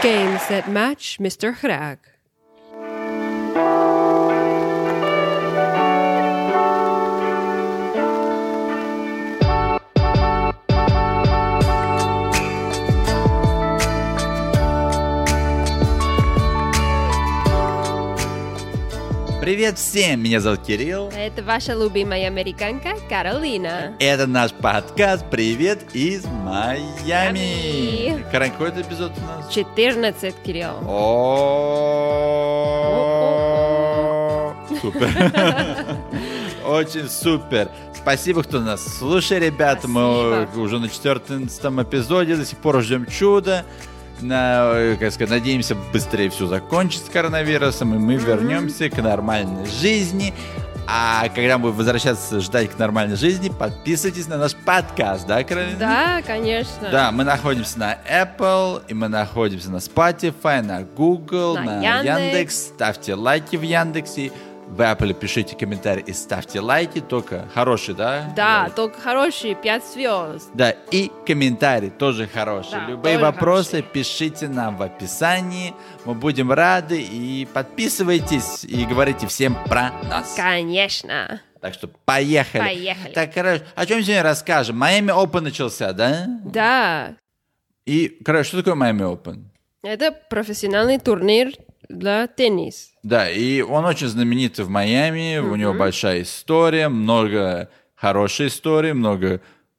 Game Set Match, Mr. Хряк. Привет всем, меня зовут Кирилл. Это ваша любимая американка Каролина. Это наш подкаст «Привет из Майами». Каролина, какой это эпизод у нас? 14, Кирилл. Супер. Очень супер. Спасибо, кто нас слушает, ребята. Мы уже на 14-м эпизоде, до сих пор ждем чуда. Надеемся, быстрее все закончится с коронавирусом, и мы вернемся к нормальной жизни. А когда мы будем возвращаться, ждать к нормальной жизни, подписывайтесь на наш подкаст, да, Каролина? Да, конечно. Да, мы находимся на Apple, и мы находимся на Spotify, на Google, на Яндекс. Ставьте лайки в Яндексе. В Apple пишите комментарии и ставьте лайки, только хорошие, да? Да, только хорошие, 5 звезд. Да, и комментарии тоже хорошие. Да, любые тоже вопросы хорошие. пишите нам в описании. Мы будем рады. И подписывайтесь, и говорите всем про нас. Конечно. Так что поехали. Поехали. Так, короче, о чем сегодня расскажем? Miami Open начался, да? Да, И, короче, что такое Miami Open? это профессиональный турнир для тенниса. Да, и он очень знаменитый в Майами, у него большая история, много хорошей истории, много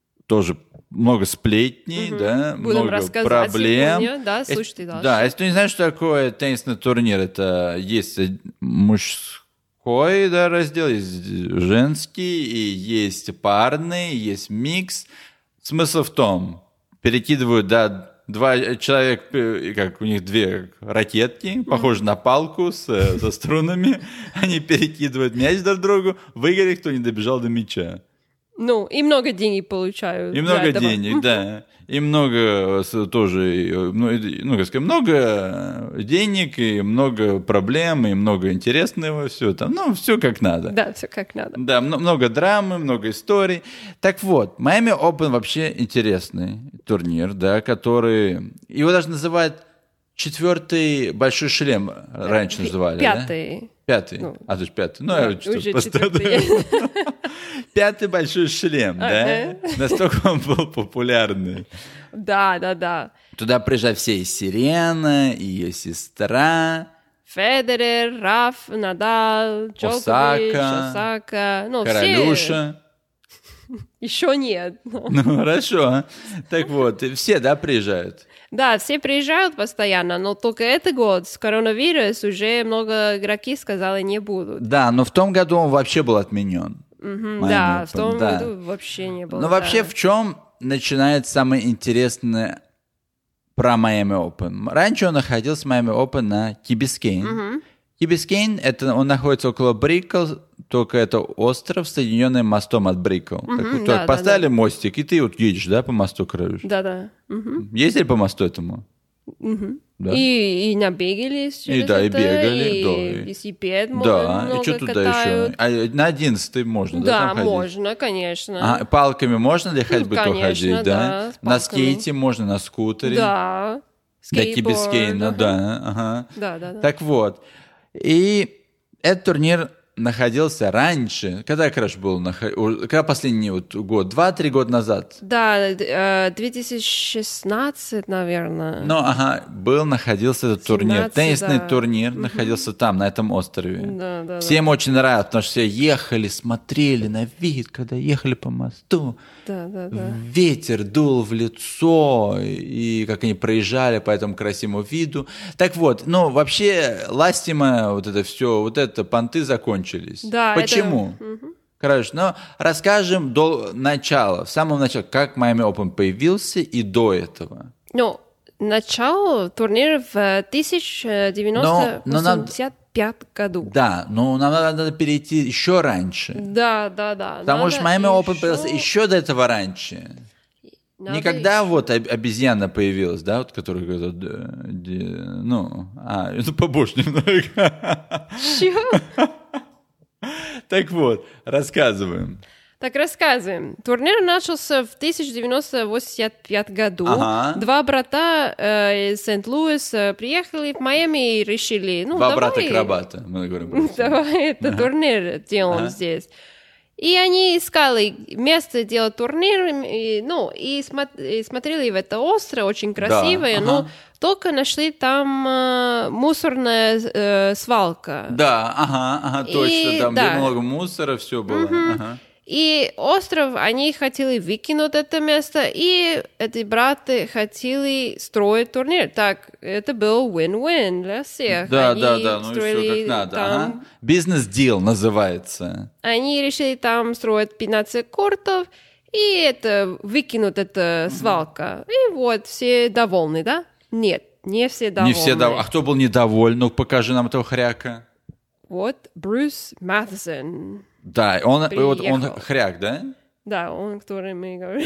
сплетней, да, Будем много рассказать проблем. сегодня, да, слушайте дальше. Да, если ты не знаешь, что такое теннисный турнир, это есть мужской, да, раздел, есть женский, и есть парный, есть микс. Смысл в том, перекидывают, да, два человека, как у них две ракетки, похожие на палку со струнами. Они перекидывают мяч друг другу. Выиграли, кто не добежал до мяча. Ну, и много денег получают. И много для этого. денег, да. И много тоже, много денег, и много проблем, и много интересного. Все там, все как надо. Да, все как надо. Да, много драмы, много историй. Так вот, Miami Open вообще интересный турнир, да, который... Его даже называют четвертый большой шлем, раньше называли, Пятый. да? Пятый. Ну, То есть пятый. Да, Я что-то уже поставил. четвертый. Пятый большой шлем, да? Настолько он был популярный. Да. Туда приезжают все, и Сирена, и ее сестра... Федерер, Раф, Надал, Джокович, Осака. Ну, Королюша. все. Еще нет. Ну, хорошо. Так вот, все, да, приезжают? Да, все приезжают постоянно, но только этот год с коронавирусом уже много игроки сказали не будут. Да, но в том году он вообще был отменен. Да, в том году вообще не было. Но вообще в чем начинается самое интересное про Miami Open? Раньше он находился Miami Open на Key Biscayne. Key Biscayne, он находится около Брикл, только это остров, соединенный мостом от Брикл. да, поставили мостик, и ты вот едешь, да, по мосту, короче? Да. Ездили по мосту этому? Да. И набегались через и это, бегали, и да. велосипед Да, много и что туда катают. еще? А на 11 можно, да, Да, там ходить? можно, конечно. Палками можно для ходьбы Конечно, ходить, да? с На палками. скейте можно, на скутере. Да. Для Key Biscayne, Скейтборд, да. Ага. Да. Так вот. И этот турнир находился раньше. Когда, короче, был? Когда последний год? 2-3 года назад? Да, 2016, наверное. Находился этот турнир. 17, Теннисный да. турнир находился там, на этом острове. Да. Всем очень нравилось, потому что все ехали, смотрели на вид, когда ехали по мосту. Да. Ветер дул в лицо, и как они проезжали по этому красивому виду. Так вот, вообще, ластимо вот это все, понты закончились. Да, почему? Короче, расскажем до начала, в самом начале, как Miami Open появился и до этого. Начало турнира в 1985 году. Да, но нам надо перейти еще раньше. Да. Потому что Miami Open появился еще до этого раньше. Никогда обезьяна появилась, да, вот, которая говорит, побольше немного. Чего? Так вот, рассказываем. Так рассказываем. Турнир начался в 1985 году. Ага. Два брата из Сент-Луиса приехали в Майами и решили... Ну, Два давай, брата-акробата, мы говорим. давай это турнир делаем здесь. И они искали место делать турнир, и смотрели в это остров, очень красивое, но только нашли там мусорная свалка. Да, ага, точно, там было много мусора, все было. Ага. И остров, они хотели выкинуть это место, и эти браты хотели строить турнир. Так, это был win-win для всех. Да, они ну все как надо. Ага. Бизнес-дил называется. Они решили там строить 15 кортов, и это выкинуть это свалка. И вот, все довольны, да? Нет, не все довольны. Не все довольны. А кто был недоволен? Ну, покажи нам этого хряка. Вот, Брюс Маtheson. Да, он хряк, да? Да, он, который мы говорим.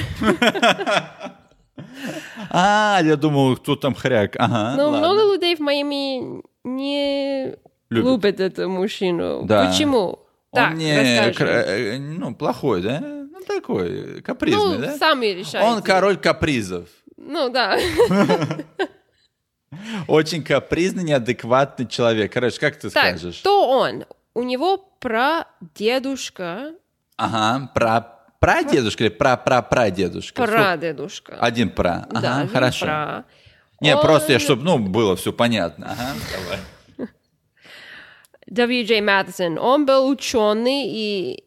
Я думал, кто там хряк. Ага, но ладно. много людей в Майами не любят эту мужчину. Да. Почему? Он не плохой, да? Ну, такой, капризный, да? Сами решайте. Он король капризов. Ну, да. Очень капризный, неадекватный человек. Короче, как ты скажешь? Кто он? У него прадедушка. Ага, прадедушка или прадедушка? Прадедушка. Один пра. Ага, да, один хорошо. Пра. Не, просто, чтобы, было все понятно. Ага, давай. W.J. Matheson. Он был ученый и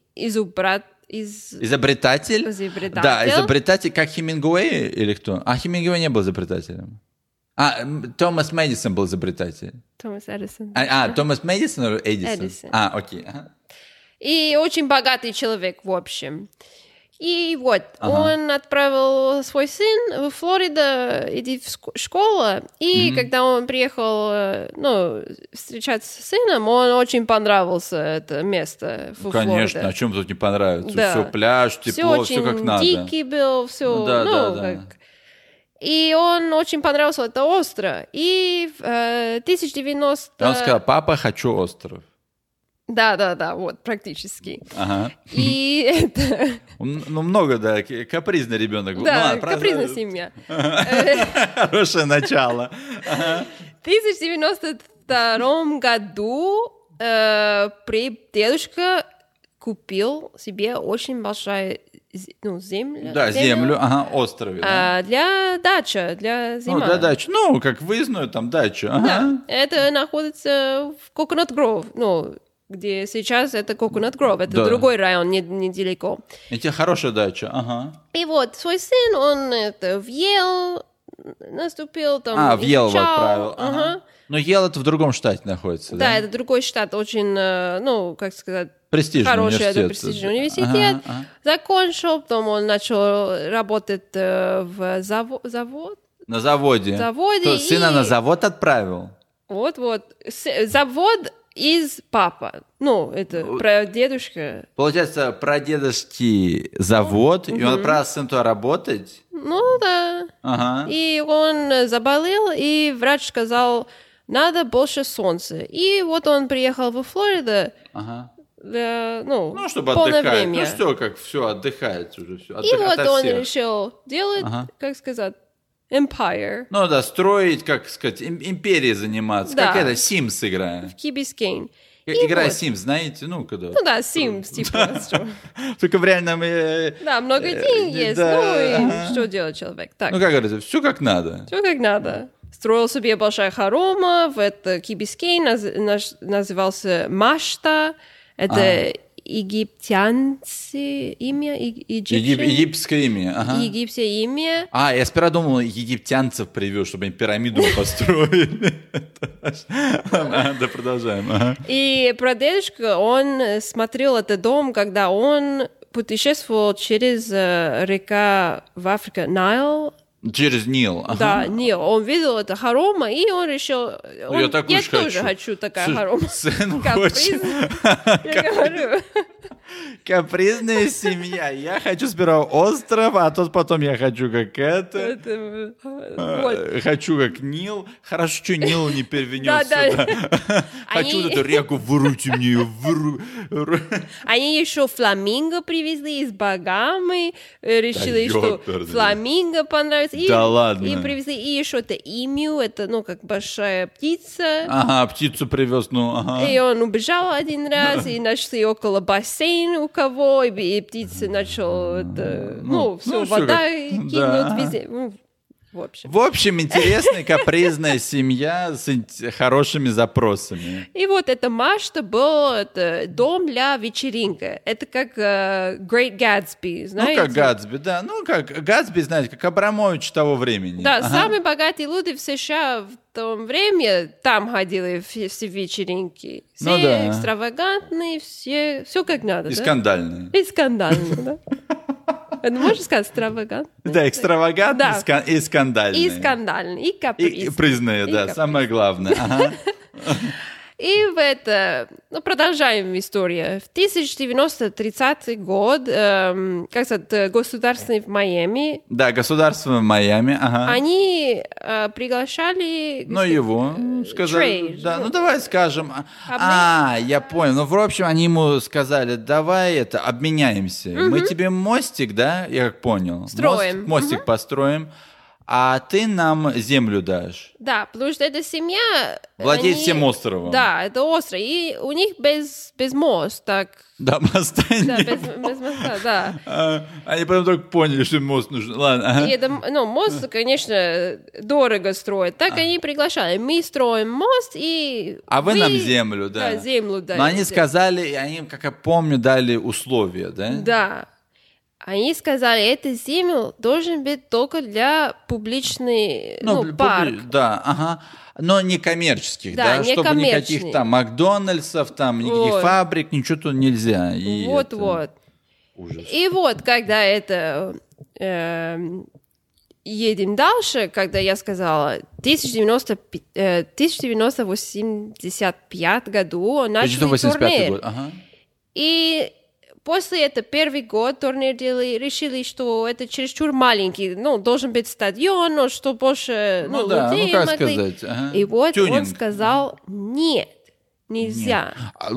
изобретатель? Изобретатель. Да, изобретатель, как Хемингуэй или кто? Хемингуэй не был изобретателем. Томас Мэдисон был изобретатель. Томас Эдисон. Томас Мэдисон или Эдисон? Эдисон. Окей. Ага. И очень богатый человек, в общем. И вот, он отправил свой сын в Флориду идти в школу, и когда он приехал, встречаться с сыном, он очень понравился это место в Флориде. Конечно, а чем тут не понравится? Да. Все пляж, тепло, все как надо. Все очень дикий был, все, да. И он очень понравился это остров. И в 1990... Он сказал, папа, хочу остров. Да, вот, практически. Ага. И это... много, да, капризный ребенок. Да, капризная семья. Хорошее начало. В 1992 году дедушка купил себе очень большая землю. Да, землю, остров. Для дачи, для зимы. Для дачи. Как выездную там дачу. Да, это находится в Coconut Grove, где сейчас это Coconut Grove, это другой район, недалеко. Это хорошая дача, И вот, свой сын, он это в Йейл наступил, там в Йейл изучал. отправил. Но Йейл это в другом штате находится, да? Да, это другой штат, очень, как сказать, престижный хороший университет. Престижный университет. Закончил, потом он начал работать в завод. На заводе. Сына на завод отправил? Вот. Завод из папа. Это прадедушка. Получается, прадедушки завод, и он отправил сына туда работать? Да. Ага. И он заболел, и врач сказал, надо больше солнца. И вот он приехал во Флориду. Ага. Чтобы отдыхать. Время. Все, отдыхает уже. Все, и вот он решил делать, как сказать, empire. Строить, как сказать, империей заниматься. Да. Как это, Sims игра. В Key Biscayne. Игра Sims, знаете? Когда... Sims, типа. Только в реальном... Да, много денег есть. И что делать человек? Так. Как говорится, все как надо. Все как надо. Строил себе большая хорома, в это Key Biscayne назывался Машта. Это египтянцы имя? Египетское имя. Египетское имя. Я сперва думал, египтянцев привез, чтобы они пирамиду построили. Да, продолжаем. И прадедушка, он смотрел этот дом, когда он путешествовал через река в Африке, Найл. Через Нил. Да, Нил. Он видел это хорома, и он решил... Я тоже хочу такая хорома. Сын хочет. Я говорю. Капризная семья. Я хочу сперва остров, а тут потом я хочу как это. Хочу как Нил. Хорошо, что Нил не перевернется. Хочу эту реку, выручи мне ее. Они еще фламинго привезли из Багамы. Решили, что фламинго понравится. Да ладно. И привезли. И еще это имю. Это, как большая птица. Ага, птицу привез, И он убежал один раз, и нашли около бассейна у кого, и птица начала, вода кинуть везде. В общем, интересная капризная семья с хорошими запросами. И вот эта Машта был дом для вечеринки. Это как Great Gatsby, знаете? Как Гатсби, да. Как Гатсби, знаете, как Абрамович того времени. Да, самые богатые люди в США в то время там ходили все вечеринки. Все экстравагантные, все как надо, И скандальные. И скандальные, да. Это можно сказать экстравагантные? Да, экстравагантные и скандальные. И скандальные, и капризные. И призные, да, самое главное. И продолжаем историю. В 1930 год, государство в Майами. Да, государство в Майами, Они приглашали... его сказали... Да, давай скажем... я понял. В общем, они ему сказали, давай обменяемся. Мы тебе мостик, да, я как понял? Строим. Мостик построим. А ты нам землю дашь. Да, потому что эта семья... Владеет всем островом. Да, это остров. И у них без моста так... Да, моста нет. Да, без моста, да. Они потом только поняли, что им мост нужен. Ладно. И это, мост, конечно, дорого строить. Так они приглашали. Мы строим мост, и... А вы нам землю, да. Да, землю дали. Но они сказали, они, как я помню, дали условия, да? Да. Они сказали, эта земля должен быть только для публичной, парк. Да, но не коммерческих, да, не чтобы никаких там Макдональдсов, там никаких фабрик, ничего тут нельзя. И ужас. И когда едем дальше, когда я сказала, 1985 году начали турнир. Год, И после этого первый год турнир решили, что это чересчур маленький, должен быть стадион, но что больше людей как могли. сказать? И Тюнинг. он сказал, нет, нельзя.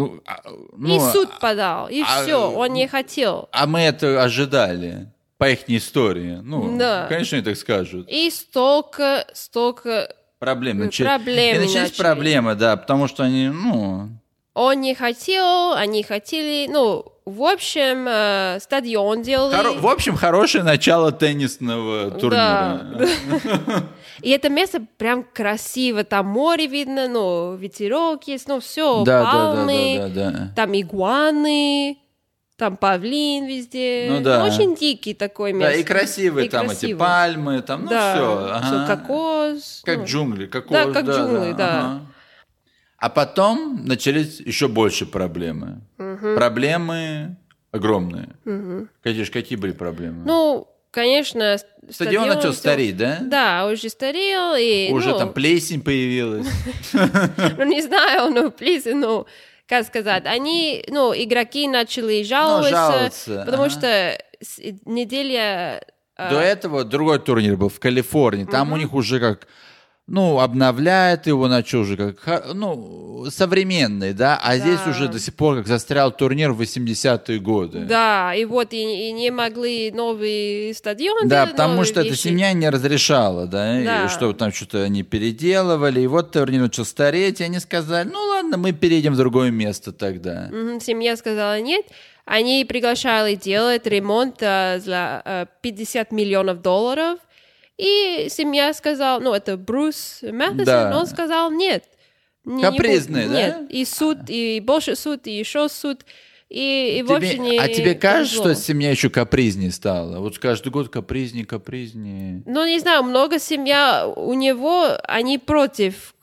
И суд подал, и все, он не хотел. А мы это ожидали по их истории. Конечно, они так скажут. И столько проблем. Проблемы начались проблемы, да, потому что они, Он не хотел, они хотели, в общем, стадион делали. В общем, хорошее начало теннисного турнира. Да. И это место прям красиво, там море видно, ветерок есть, все, пальмы, там игуаны, там павлин везде. Очень дикий такой место. Да, и красивые там эти пальмы, там, все. Все, кокос. Как джунгли, кокос. Да, как джунгли, да. А потом начались еще больше проблемы. Проблемы огромные. Какие были проблемы? Конечно, стадион начал стареть, да? Да, уже старел. И, уже там плесень появилась. Не знаю, плесень, как сказать, игроки начали жаловаться, потому что неделя... До этого другой турнир был в Калифорнии. Там у них уже как... обновляет его, начал уже как, современный, да, а здесь уже до сих пор как застрял турнир в 80-е годы. Да, и не могли новый стадион делать, потому что эта семья не разрешала, да, и что там что-то они переделывали, и турнир начал стареть, и они сказали, ладно, мы перейдем в другое место тогда. Семья сказала нет. Они приглашали делать ремонт за $50 миллионов. И семья сказала, это Брюс Мэттисон, он сказал нет. Капризный, да? Нет, и суд, и больше суд, и еще суд. И вообще не... А тебе кажется, что семья еще капризнее стала? Вот каждый год капризнее. Не знаю, много семья у него, они против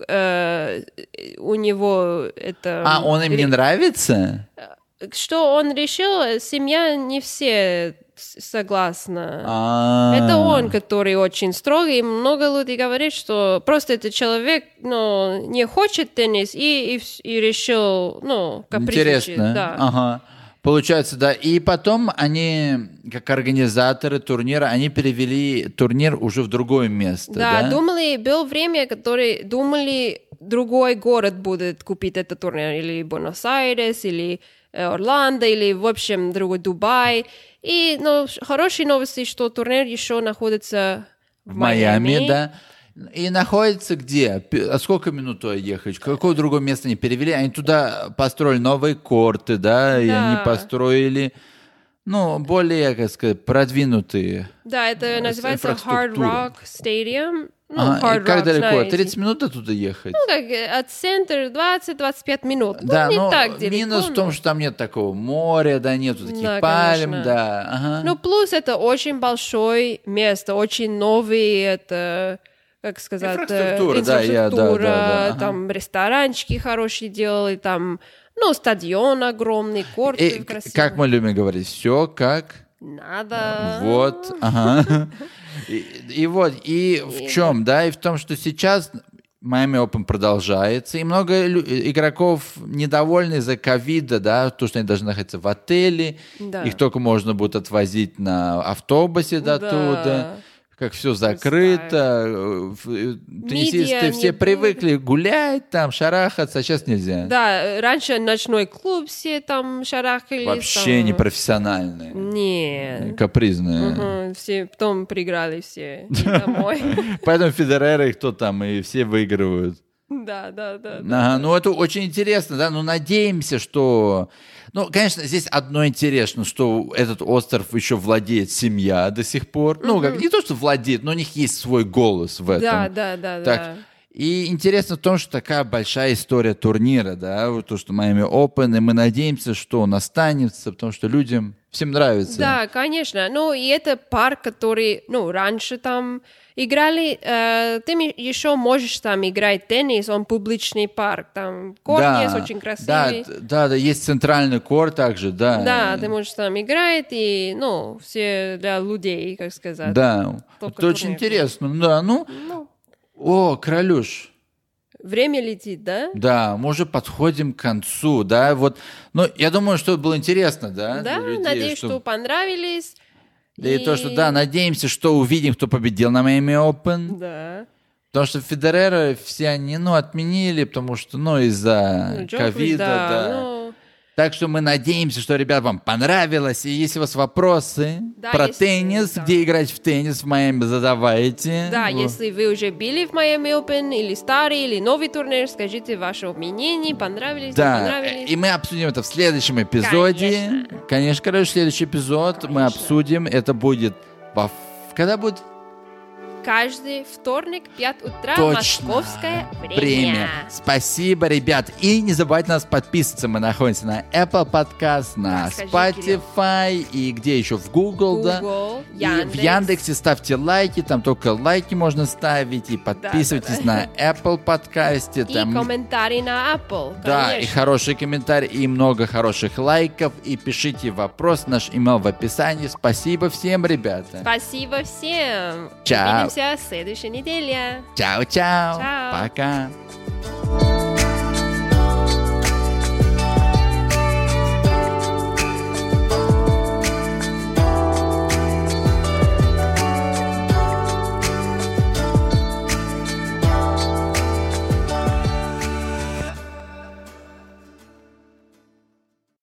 у него это... А он им не нравится? Что он решил, семья не все согласна. Это он, который очень строгий. И много людей говорят, что просто этот человек не хочет теннис и решил капризничать. Интересно. Да. Получается, да. И потом они, как организаторы турнира, они перевели турнир уже в другое место, да? Да, было время, которые думали, другой город будет купить этот турнир, или Буэнос-Айрес, или Орландо, или, в общем, другой Дубай. Но хорошие новости, что турнир еще находится в Майами. Да. И находится где? А сколько минут туда ехать? Какое другое место они перевели? Они туда построили новые корты, да? И они построили, более, как сказать, продвинутые. Да, это называется Hard Rock Stadium. И как далеко? Знаете. 30 минут оттуда ехать? Как от центра 20-25 минут. Да, не так далеко. Минус в том, что там нет такого моря, да, нету таких пальм, конечно. да. Ага. Плюс это очень большое место, очень новый, это, как сказать, инфраструктура, там ресторанчики хорошие делали, там, стадион огромный, корты красивые. Как мы любим говорить, все как... Надо. Вот, ага. И в чем, да, и в том, что сейчас Miami Open продолжается, и много игроков недовольны из-за ковида, да, то, что они должны находиться в отеле, их только можно будет отвозить на автобусе до туда. Как все закрыто, теннисисты все привыкли гулять там, шарахаться, а сейчас нельзя. Да, раньше ночной клуб все там шарахались. Вообще непрофессиональные. Нет. Капризные. Все потом проиграли все домой. Поэтому Федерер и кто там, и все выигрывают. Да. Это очень интересно, да, надеемся, что... конечно, здесь одно интересно, что этот остров еще владеет семья до сих пор. Не то, что владеет, но у них есть свой голос в этом. Да. И интересно в том, что такая большая история турнира, да, то, что Miami Open, и мы надеемся, что он останется, потому что людям всем нравится. Да, конечно. И это парк, который, раньше там играли, ты еще можешь там играть теннис, он публичный парк, там корт есть очень красивый. Да, есть центральный корт также, да. Да, ты можешь там играть, и, все для людей, как сказать. Да, это очень интересно, да, О, Королюш. Время летит, да? Да, мы уже подходим к концу, да, я думаю, что было интересно, да? Да, для людей, надеюсь, что понравились. И то, что, надеемся, что увидим, кто победил на Miami Open. Да. Потому что Федерера все они, отменили, потому что, из-за ковида, да. Так что мы надеемся, что, ребят, вам понравилось. И если у вас вопросы про теннис, где играть в теннис в Майами, задавайте. Да, если вы уже были в Miami Open, или старый, или новый турнир, скажите ваше мнение, понравились, не понравились. И мы обсудим это в следующем эпизоде. Конечно, следующий эпизод мы обсудим. Это будет когда будет? Каждый вторник, 5 утра, Точно. московское время. Спасибо, ребят. И не забывайте нас подписываться. Мы находимся на Apple Podcast, на Spotify и где еще? В Google, да? Яндекс. И в Яндексе ставьте лайки, там только лайки можно ставить. И подписывайтесь на Apple подкасте. И комментарии на Apple, да, конечно. и хорошие комментарии, и много хороших лайков. И пишите вопрос, наш имейл в описании. Спасибо всем, ребята. Спасибо всем. Чао. Увидимся в следующей неделе. Чао-чао. Чао. Пока.